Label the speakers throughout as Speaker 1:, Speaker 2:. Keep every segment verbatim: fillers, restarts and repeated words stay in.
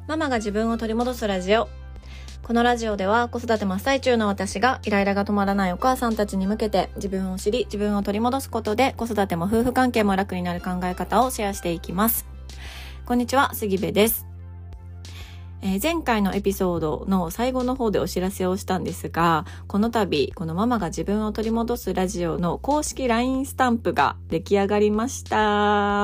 Speaker 1: ママが自分を取り戻すラジオ。このラジオでは子育て真っ最中の私がイライラが止まらないお母さんたちに向けて自分を知り自分を取り戻すことで子育ても夫婦関係も楽になる考え方をシェアしていきます。こんにちは、杉部です。えー、前回のエピソードの最後の方でお知らせをしたんですが、この度このママが自分を取り戻すラジオの公式 ライン スタンプが出来上がりました。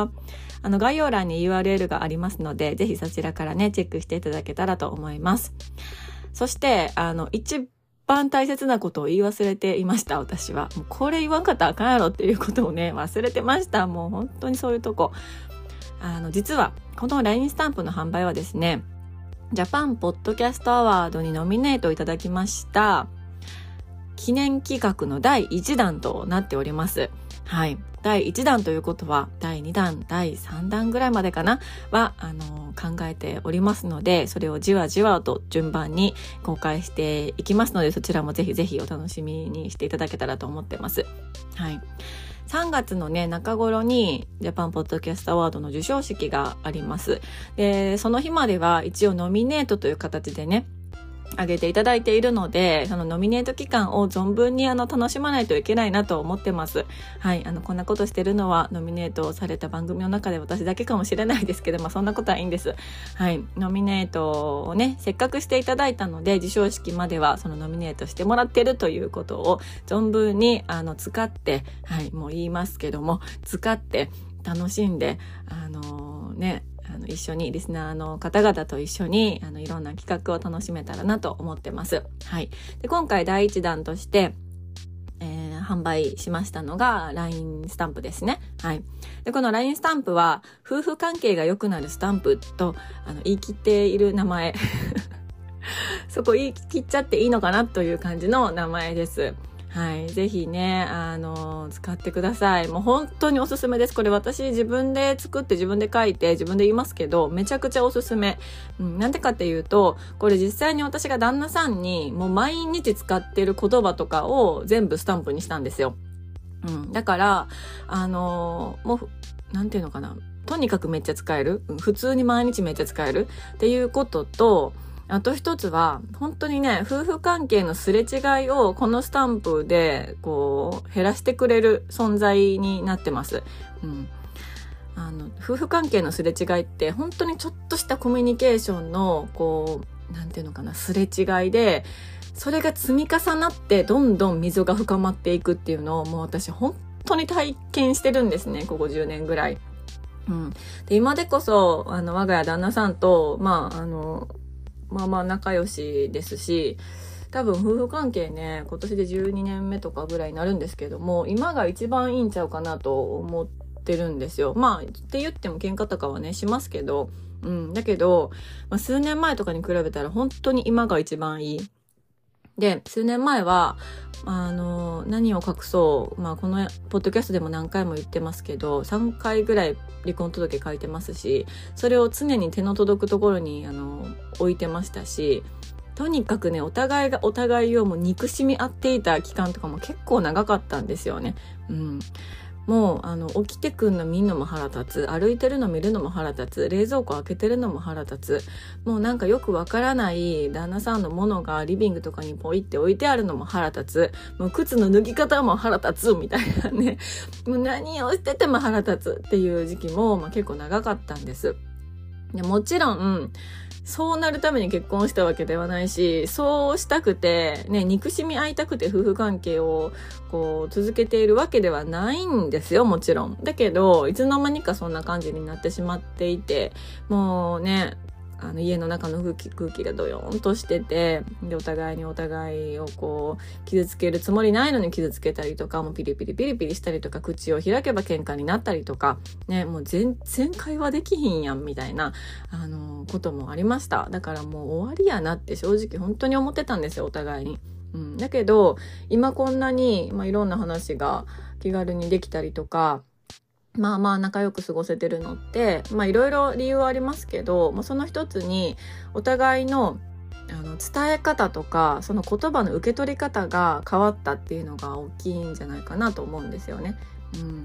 Speaker 1: あの概要欄に ユーアールエル がありますので、ぜひそちらからねチェックしていただけたらと思います。そしてあの一番大切なことを言い忘れていました。私はもうこれ言わんかったらあかんやろっていうことをね忘れてました。もう本当にそういうとこ。あの実はこの ライン スタンプの販売はですね、ジャパンポッドキャストアワードにノミネートいただきました記念企画のだいいちだんとなっております。はい、だいいちだんということはだいにだんだいさんだんぐらいまでかなはあの考えておりますので、それをじわじわと順番に公開していきますので、そちらもぜひぜひお楽しみにしていただけたらと思ってます。はい、さんがつのね中頃にジャパンポッドキャストアワードの授賞式があります。でその日までは一応ノミネートという形でね上げていただいているので、そのノミネート期間を存分にあの楽しまないといけないなと思ってます。はい、あのこんなことしてるのはノミネートされた番組の中で私だけかもしれないですけど、まあそんなことはいいんです。はい、ノミネートをねせっかくしていただいたので、授賞式まではそのノミネートしてもらってるということを存分にあの使って、はい、もう言いますけども使って楽しんであのー、ねあの一緒にリスナーの方々と一緒にあのいろんな企画を楽しめたらなと思ってます。はい、で今回だいいちだんとして、えー、販売しましたのが ライン スタンプですね。はい、でこの ライン スタンプは夫婦関係が良くなるスタンプとあの言い切っている名前そこ言い切っちゃっていいのかなという感じの名前です。はい、ぜひねあの使ってください。もう本当におすすめです。これ私自分で作って自分で書いて自分で言いますけど、めちゃくちゃおすすめ、うん、なんでかっていうと、これ実際に私が旦那さんにもう毎日使ってる言葉とかを全部スタンプにしたんですよ。うん、だからあのもうなんていうのかな、とにかくめっちゃ使える、普通に毎日めっちゃ使えるっていうことと、あと一つは本当にね夫婦関係のすれ違いをこのスタンプでこう減らしてくれる存在になってます。うん、あの夫婦関係のすれ違いって本当にちょっとしたコミュニケーションのこうなんていうのかなすれ違いで、それが積み重なってどんどん溝が深まっていくっていうのをもう私本当に体験してるんですね、ここじゅうねんぐらい。うん、で今でこそあの我が家旦那さんとまああのまあまあ仲良しですし、多分夫婦関係ね今年でじゅうにねんめとかぐらいになるんですけども、今が一番いいんちゃうかなと思ってるんですよ。まあって言っても喧嘩とかはねしますけど、うん、だけど、まあ、数年前とかに比べたら本当に今が一番いい。で数年前はあの何を隠そう、まあ、このポッドキャストでも何回も言ってますけどさんかいぐらい離婚届書いてますし、それを常に手の届くところにあの置いてましたし、とにかくねお互いがお互いをもう憎しみ合っていた期間とかも結構長かったんですよね。うん、もうあの起きてくんの見んのも腹立つ、歩いてるの見るのも腹立つ、冷蔵庫開けてるのも腹立つ、もうなんかよくわからない旦那さんのものがリビングとかにポイって置いてあるのも腹立つ、もう靴の脱ぎ方も腹立つみたいなねもう何をしてても腹立つっていう時期も、まあ、結構長かったんです。でもちろんそうなるために結婚したわけではないし、そうしたくてね憎しみ合いたくて夫婦関係をこう続けているわけではないんですよ、もちろん。だけどいつの間にかそんな感じになってしまっていて、もうねあの家の中の空気、空気がドヨーンとしてて、でお互いにお互いをこう傷つけるつもりないのに傷つけたりとか、もうピリピリピリピリしたりとか、口を開けば喧嘩になったりとかね、もう全然会話できひんやんみたいなあのこともありました。だからもう終わりやなって正直本当に思ってたんですよ、お互いに。うん、だけど今こんなに、まあ、いろんな話が気軽にできたりとか、まあまあ仲良く過ごせてるのってまあいろいろ理由はありますけど、まあ、その一つにお互いのあの伝え方とかその言葉の受け取り方が変わったっていうのが大きいんじゃないかなと思うんですよね。うん、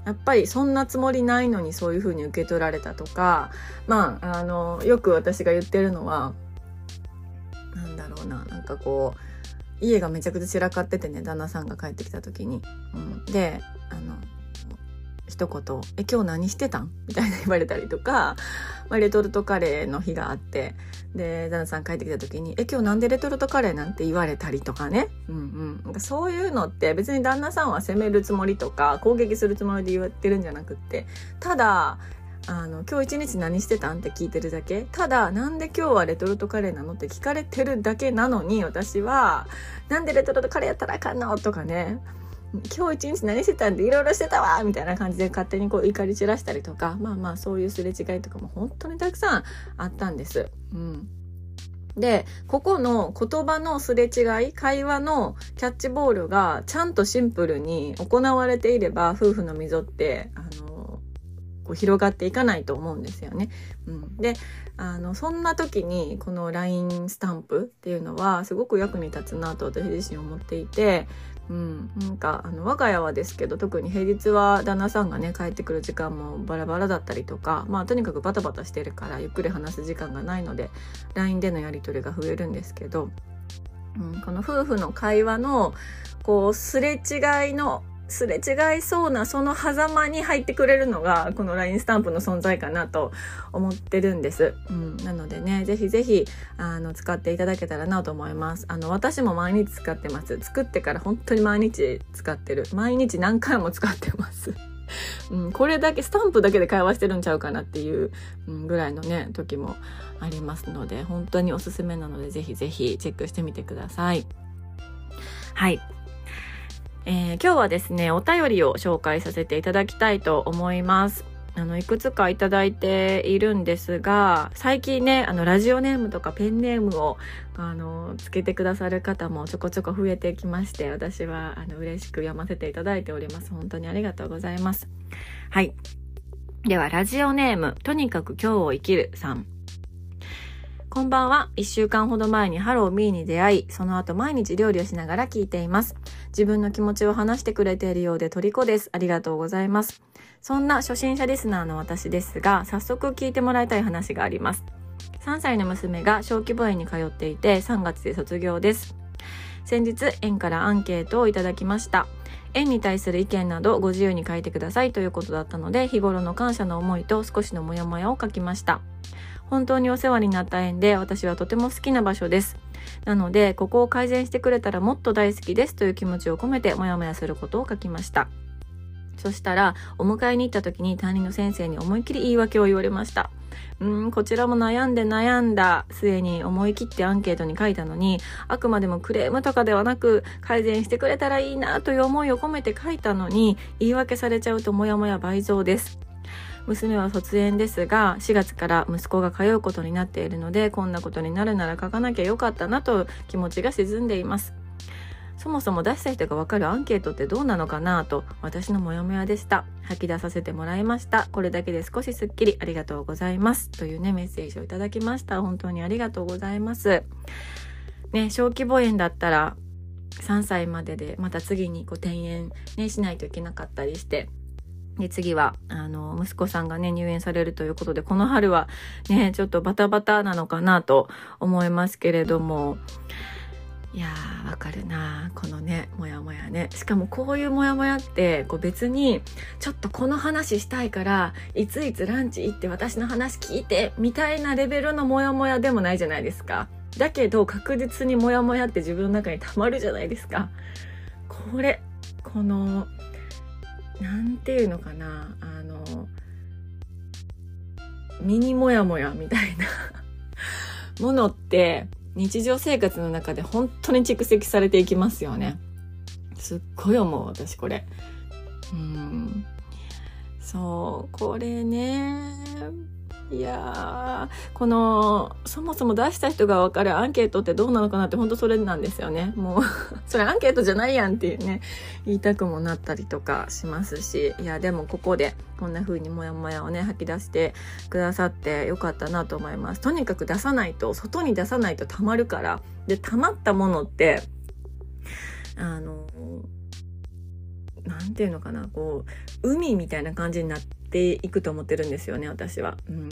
Speaker 1: やっぱりそんなつもりないのにそういう風に受け取られたとか、まああのよく私が言ってるのはなんだろうな、なんかこう家がめちゃくちゃ散らかっててね、旦那さんが帰ってきた時に、うん、であの一言「え今日何してたん?」みたいな言われたりとか、まあ、レトルトカレーの日があって、で旦那さん帰ってきた時に「え今日なんでレトルトカレーなんて言われたりとかね、うんうん、なんかそういうのって別に旦那さんは責めるつもりとか攻撃するつもりで言ってるんじゃなくって、ただあの今日一日何してたんって聞いてるだけ、ただなんで今日はレトルトカレーなのって聞かれてるだけなのに、私はなんでレトルトカレーやったらあかんのとかね、今日一日何してたんでいろいろしてたわみたいな感じで勝手にこう怒り散らしたりとか、まあまあそういうすれ違いとかも本当にたくさんあったんです、うん、でここの言葉のすれ違い、会話のキャッチボールがちゃんとシンプルに行われていれば夫婦の溝ってあのこう広がっていかないと思うんですよね、うん、であのそんな時にこの ライン スタンプっていうのはすごく役に立つなと私自身思っていて、うん、なんかあの我が家はですけど、特に平日は旦那さんがね帰ってくる時間もバラバラだったりとか、まあとにかくバタバタしてるからゆっくり話す時間がないので ライン でのやり取りが増えるんですけど、うん、この夫婦の会話のこうすれ違いのすれ違いそうなその狭間に入ってくれるのがこの ライン スタンプの存在かなと思ってるんです、うん、なのでねぜひぜひあの使っていただけたらなと思います。あの私も毎日使ってます。作ってから本当に毎日使ってる。毎日何回も使ってます、うん、これだけスタンプだけで会話してるんちゃうかなっていうぐらいのね時もありますので、本当におすすめなのでぜひぜひチェックしてみてください。はい、えー、今日はですねお便りを紹介させていただきたいと思います。あのいくつかいただいているんですが、最近ねあのラジオネームとかペンネームをあのつけてくださる方もちょこちょこ増えてきまして、私はあの嬉しく読ませていただいております。本当にありがとうございます。はい、ではラジオネームとにかく今日を生きるさん、こんばんは。いっしゅうかんほど前にハローミーに出会い、その後毎日料理をしながら聞いています。自分の気持ちを話してくれているようで虜です。ありがとうございます。そんな初心者リスナーの私ですが、早速聞いてもらいたい話があります。さんさいの娘が小規模園に通っていて、さんがつで卒業です。先日、園からアンケートをいただきました。園に対する意見などご自由に書いてくださいということだったので、日頃の感謝の思いと少しのモヤモヤを書きました。本当にお世話になった園で私はとても好きな場所です。なのでここを改善してくれたらもっと大好きですという気持ちを込めてモヤモヤすることを書きました。そしたらお迎えに行った時に担任の先生に思いっきり言い訳を言われました。うーんこちらも悩んで悩んだ末に思い切ってアンケートに書いたのに、あくまでもクレームとかではなく改善してくれたらいいなという思いを込めて書いたのに、言い訳されちゃうとモヤモヤ倍増です。娘は卒園ですがしがつから息子が通うことになっているので、こんなことになるなら書かなきゃよかったなと気持ちが沈んでいます。そもそも出した人が分かるアンケートってどうなのかなと私のモヤモヤでした。吐き出させてもらいました。これだけで少しすっきり、ありがとうございますというねメッセージをいただきました。本当にありがとうございますね。小規模園だったらさんさいまででまた次にこう転園、ね、しないといけなかったりして、で次はあの息子さんがね入園されるということで、この春はねちょっとバタバタなのかなと思いますけれども、いやーわかるなこのねモヤモヤね。しかもこういうモヤモヤってこう別にちょっとこの話したいからいついつランチ行って私の話聞いてみたいなレベルのモヤモヤでもないじゃないですか。だけど確実にモヤモヤって自分の中に溜まるじゃないですか。これこのなんていうのかな、あのミニモヤモヤみたいなものって日常生活の中で本当に蓄積されていきますよね。すっごい思う私これ。うーんそうこれね、いやーこのそもそも出した人が分かるアンケートってどうなのかなって本当それなんですよね。もうそれアンケートじゃないやんっていうね言いたくもなったりとかしますし、いやでもここでこんな風にモヤモヤをね吐き出してくださってよかったなと思います。とにかく出さないと、外に出さないと溜まるから。で溜まったものってあのなんていうのかな、こう海みたいな感じになっていくと思ってるんですよね、私は。うん、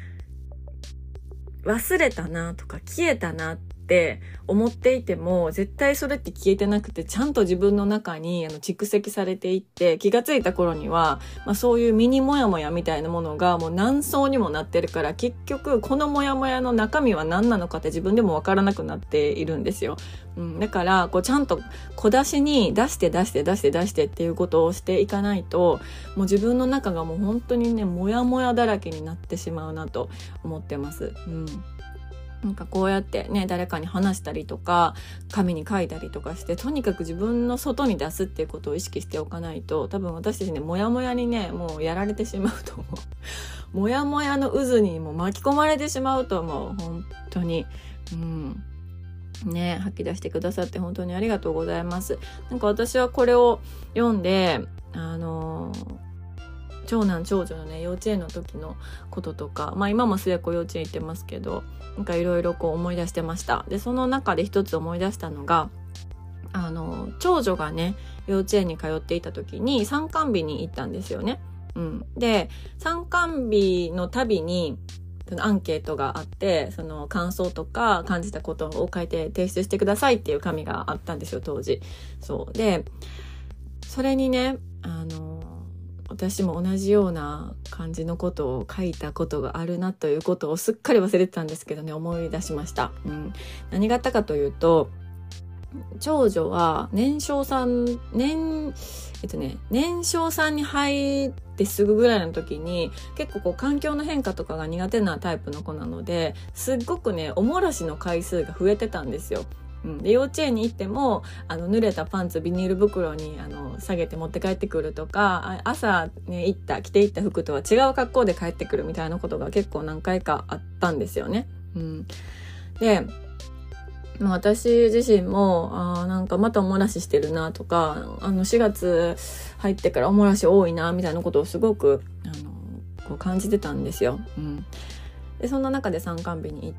Speaker 1: 忘れたなとか消えたなって思っていても、絶対それって消えてなくて、ちゃんと自分の中にあの蓄積されていって、気がついた頃には、まあ、そういうミニモヤモヤみたいなものがもう何層にもなってるから、結局このモヤモヤの中身は何なのかって自分でもわからなくなっているんですよ。うん、だからこうちゃんと小出しに出して出して出して出してっていうことをしていかないと、もう自分の中がもう本当にねモヤモヤだらけになってしまうなと思ってます。うん、なんかこうやってね誰かに話したりとか紙に書いたりとかして、とにかく自分の外に出すっていうことを意識しておかないと、多分私たちねモヤモヤにねもうやられてしまうと思うモヤモヤの渦にも巻き込まれてしまうと思う。本当にうんね、吐き出してくださって本当にありがとうございます。なんか私はこれを読んで、あの長男長女のね幼稚園の時のこととか、まあ今も末子幼稚園行ってますけど、なんかいろいろこう思い出してました。でその中で一つ思い出したのが、あの長女がね幼稚園に通っていた時に参観日に行ったんですよね。うん、で参観日のたびにそのアンケートがあって、その感想とか感じたことを書いて提出してくださいっていう紙があったんですよ、当時。そうでそれにね、あの私も同じような感じのことを書いたことがあるなということをすっかり忘れてたんですけどね、思い出しました。うん、何があったかというと、長女は年少さん年えっとね年少さんに入ってすぐぐらいの時に結構こう環境の変化とかが苦手なタイプの子なので、すっごくねおもらしの回数が増えてたんですよ。うん、で幼稚園に行ってもあの濡れたパンツビニール袋にあの下げて持って帰ってくるとか、朝、ね、行った着ていった服とは違う格好で帰ってくるみたいなことが結構何回かあったんですよね。うん、でまあ、私自身もあなんかまたおもらししてるなとか、あのしがつ入ってからおもらし多いなみたいなことをすごくあのこう感じてたんですよ。うん、でそんな中で参観日に行って、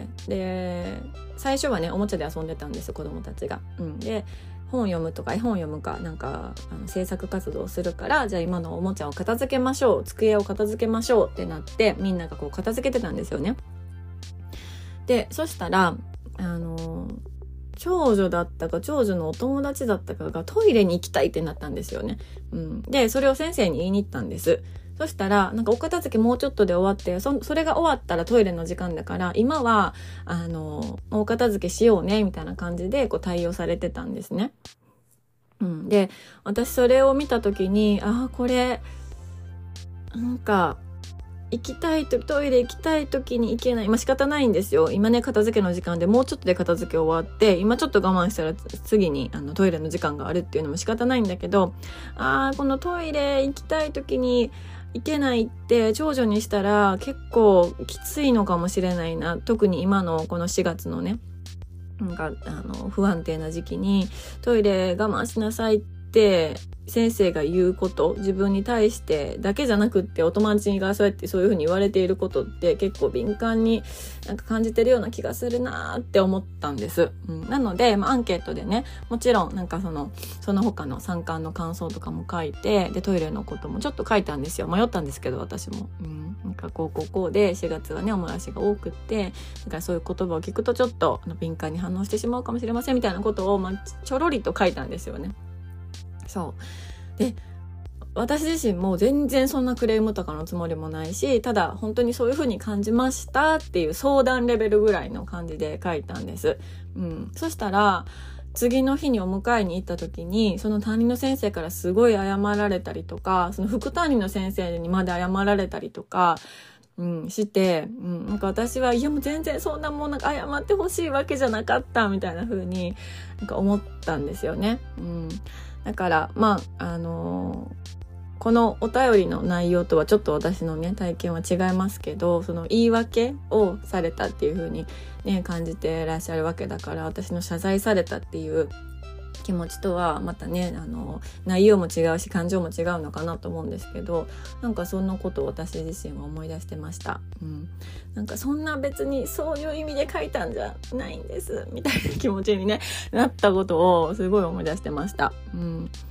Speaker 1: で最初はねおもちゃで遊んでたんですよ、子供たちが。うん、で本読むとか絵本読むかなんかあの制作活動をするから、じゃあ今のおもちゃを片付けましょう、机を片付けましょうってなって、みんながこう片付けてたんですよね。でそしたらあの長女だったか長女のお友達だったかがトイレに行きたいってなったんですよね。うん、でそれを先生に言いに行ったんです。そしたらなんかお片付けもうちょっとで終わって、 そ, それが終わったらトイレの時間だから今はあのお片付けしようねみたいな感じでこう対応されてたんですね。うん、で私それを見た時に、あこれなんか行きたいとトイレ行きたい時に行けない、まあ仕方ないんですよ。今ね片付けの時間でもうちょっとで片付け終わって、今ちょっと我慢したら次にあのトイレの時間があるっていうのも仕方ないんだけど、あーこのトイレ行きたい時に行けないって長女にしたら結構きついのかもしれないな。特に今のこのしがつのねなんかあの不安定な時期にトイレ我慢しなさいって先生が言うこと、自分に対してだけじゃなくってお友達がそうやってそういう風に言われていることって結構敏感になんか感じてるような気がするなって思ったんです。うん、なので、まあ、アンケートでねもちろんなんかそのその他の参観の感想とかも書いて、でトイレのこともちょっと書いたんですよ。迷ったんですけど私も、うん、なんかこうこうこうでしがつはねおもらしが多くって、だからそういう言葉を聞くとちょっと敏感に反応してしまうかもしれませんみたいなことを、まあ、ちょろりと書いたんですよね。そうで私自身も全然そんなクレームとかのつもりもないし、ただ本当にそういう風に感じましたっていう相談レベルぐらいの感じで書いたんです。うん、そしたら次の日にお迎えに行った時にその担任の先生からすごい謝られたりとか、その副担任の先生にまで謝られたりとか、うん、して、うん、なんか私はいやもう全然そんなもんなんか謝ってほしいわけじゃなかったみたいな風になんか思ったんですよね。うん、だからまああのー、このお便りの内容とはちょっと私のね体験は違いますけど、その言い訳をされたっていう風にね感じてらっしゃるわけだから、私の謝罪されたっていう気持ちとはまたねあの内容も違うし感情も違うのかなと思うんですけど、なんかそんなことを私自身は思い出してました。うん、なんかそんな別にそういう意味で書いたんじゃないんですみたいな気持ちに、ね、なったことをすごい思い出してました。うん、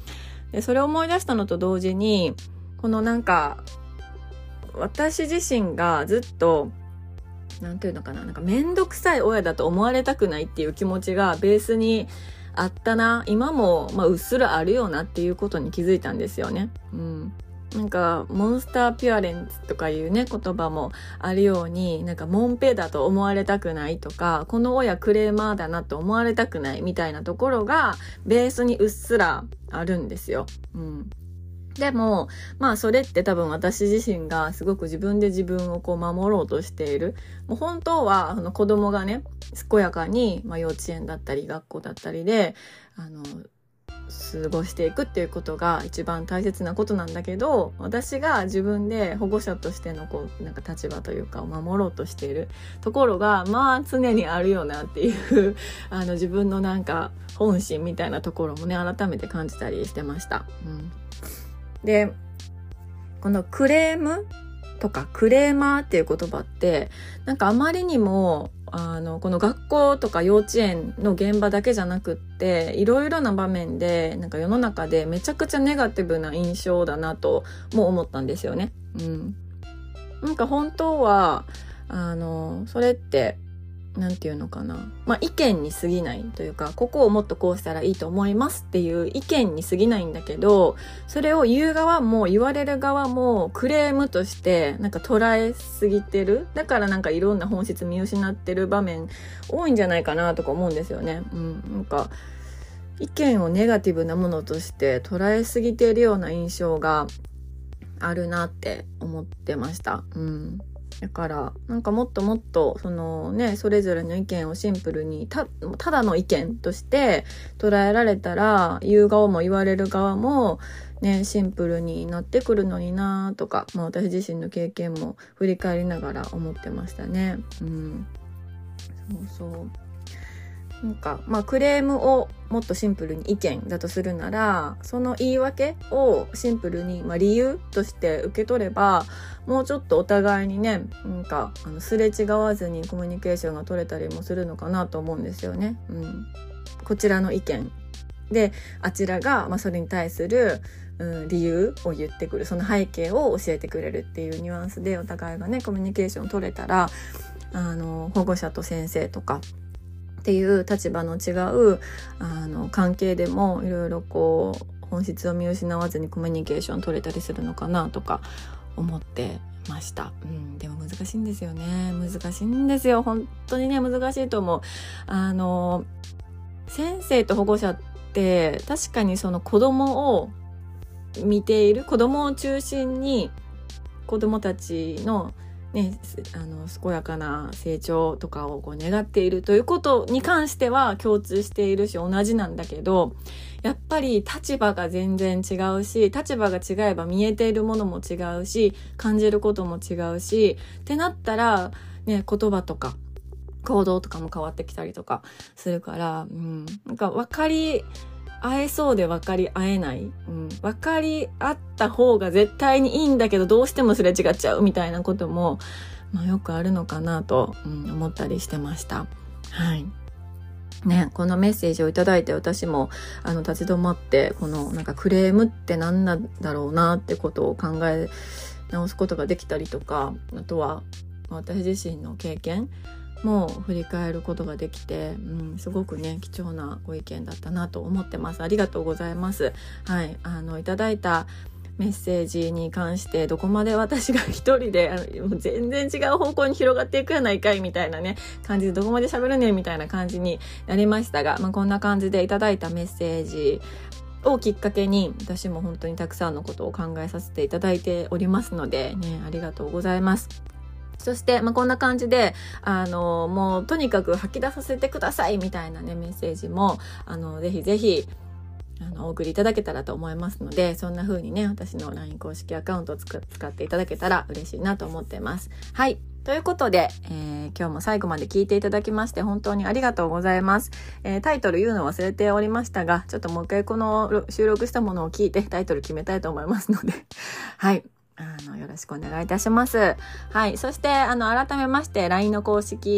Speaker 1: でそれを思い出したのと同時に、このなんか私自身がずっとなんていうのかな、なんかめんどくさい親だと思われたくないっていう気持ちがベースにあったな、今もまあうっすらあるよなっていうことに気づいたんですよね。うん。なんかモンスターピュアレンツとかいうね言葉もあるように、なんかモンペだと思われたくないとか、この親クレーマーだなと思われたくないみたいなところがベースにうっすらあるんですよ。うん。でもまあそれって多分私自身がすごく自分で自分をこう守ろうとしている、もう本当はあの子供がね健やかに、まあ、幼稚園だったり学校だったりであの過ごしていくっていうことが一番大切なことなんだけど、私が自分で保護者としてのこうなんか立場というかを守ろうとしているところがまあ常にあるよなっていうあの自分のなんか本心みたいなところもね改めて感じたりしてました。うん、でこのクレームとかクレーマーっていう言葉ってなんかあまりにもあのこの学校とか幼稚園の現場だけじゃなくっていろいろな場面でなんか世の中でめちゃくちゃネガティブな印象だなとも思ったんですよね。うん、なんか本当はあのそれってなんていうのかな、まあ意見に過ぎないというか、ここをもっとこうしたらいいと思いますっていう意見に過ぎないんだけど、それを言う側も言われる側もクレームとしてなんか捉えすぎてる。だからなんかいろんな本質見失ってる場面多いんじゃないかなとか思うんですよね。うん、なんか意見をネガティブなものとして捉えすぎているような印象があるなって思ってました。うん。だからなんかもっともっとそのねそれぞれの意見をシンプルに た, ただの意見として捉えられたら、言う側も言われる側もねシンプルになってくるのになとか、まあ、私自身の経験も振り返りながら思ってましたね。うん、そうそう。なんかまあクレームをもっとシンプルに意見だとするなら、その言い訳をシンプルに、まあ、理由として受け取れば、もうちょっとお互いにねなんかあのすれ違わずにコミュニケーションが取れたりもするのかなと思うんですよね。うん、こちらの意見であちらが、まあ、それに対する、うん、理由を言ってくる、その背景を教えてくれるっていうニュアンスでお互いがねコミュニケーション取れたら、あの保護者と先生とかっていう立場の違うあの関係でもいろいろこう本質を見失わずにコミュニケーション取れたりするのかなとか思ってました。うん、でも難しいんですよね。難しいんですよ。本当にね難しいと思う。あの先生と保護者って確かにその子供を見ている、子供を中心に子供たちのね、あの健やかな成長とかをこう願っているということに関しては共通しているし同じなんだけど、やっぱり立場が全然違うし、立場が違えば見えているものも違うし、感じることも違うしってなったら、ね、言葉とか行動とかも変わってきたりとかするから、うん、なんか分かり会えそうで分かり合えない、うん、分かり合った方が絶対にいいんだけどどうしてもすれ違っちゃうみたいなことも、まあ、よくあるのかなと、うん、思ったりしてました。はいね、このメッセージをいただいて私もあの立ち止まって、このなんかクレームって何なんだろうなってことを考え直すことができたりとか、あとは私自身の経験も振り返ることができて、うん、すごくね貴重なご意見だったなと思ってます。ありがとうございます。はい、あのいただいたメッセージに関してどこまで私が一人であのもう全然違う方向に広がっていくやないかいみたいなね感じでどこまで喋るねみたいな感じになりましたが、まあ、こんな感じでいただいたメッセージをきっかけに私も本当にたくさんのことを考えさせていただいておりますのでね、ありがとうございます。そして、まあ、こんな感じで、あの、もうとにかく吐き出させてくださいみたいなね、メッセージも、あの、ぜひぜひ、あの、お送りいただけたらと思いますので、そんな風にね、私の ライン 公式アカウントをつく使っていただけたら嬉しいなと思ってます。はい。ということで、えー、今日も最後まで聞いていただきまして本当にありがとうございます。えー、タイトル言うの忘れておりましたが、ちょっともう一回この収録したものを聞いてタイトル決めたいと思いますので、はい。あのよろしくお願いいたします。はい。そしてあの改めまして ライン の公式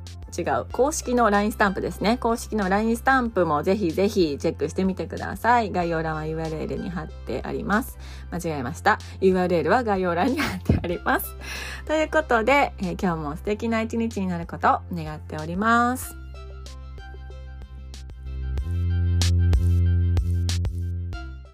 Speaker 1: 違う公式の ライン スタンプですね。公式の ライン スタンプもぜひぜひチェックしてみてください。概要欄は ユーアールエル に貼ってあります。間違えました。 ユーアールエル は概要欄に貼ってあります。ということで、えー、今日も素敵な一日になることを願っております。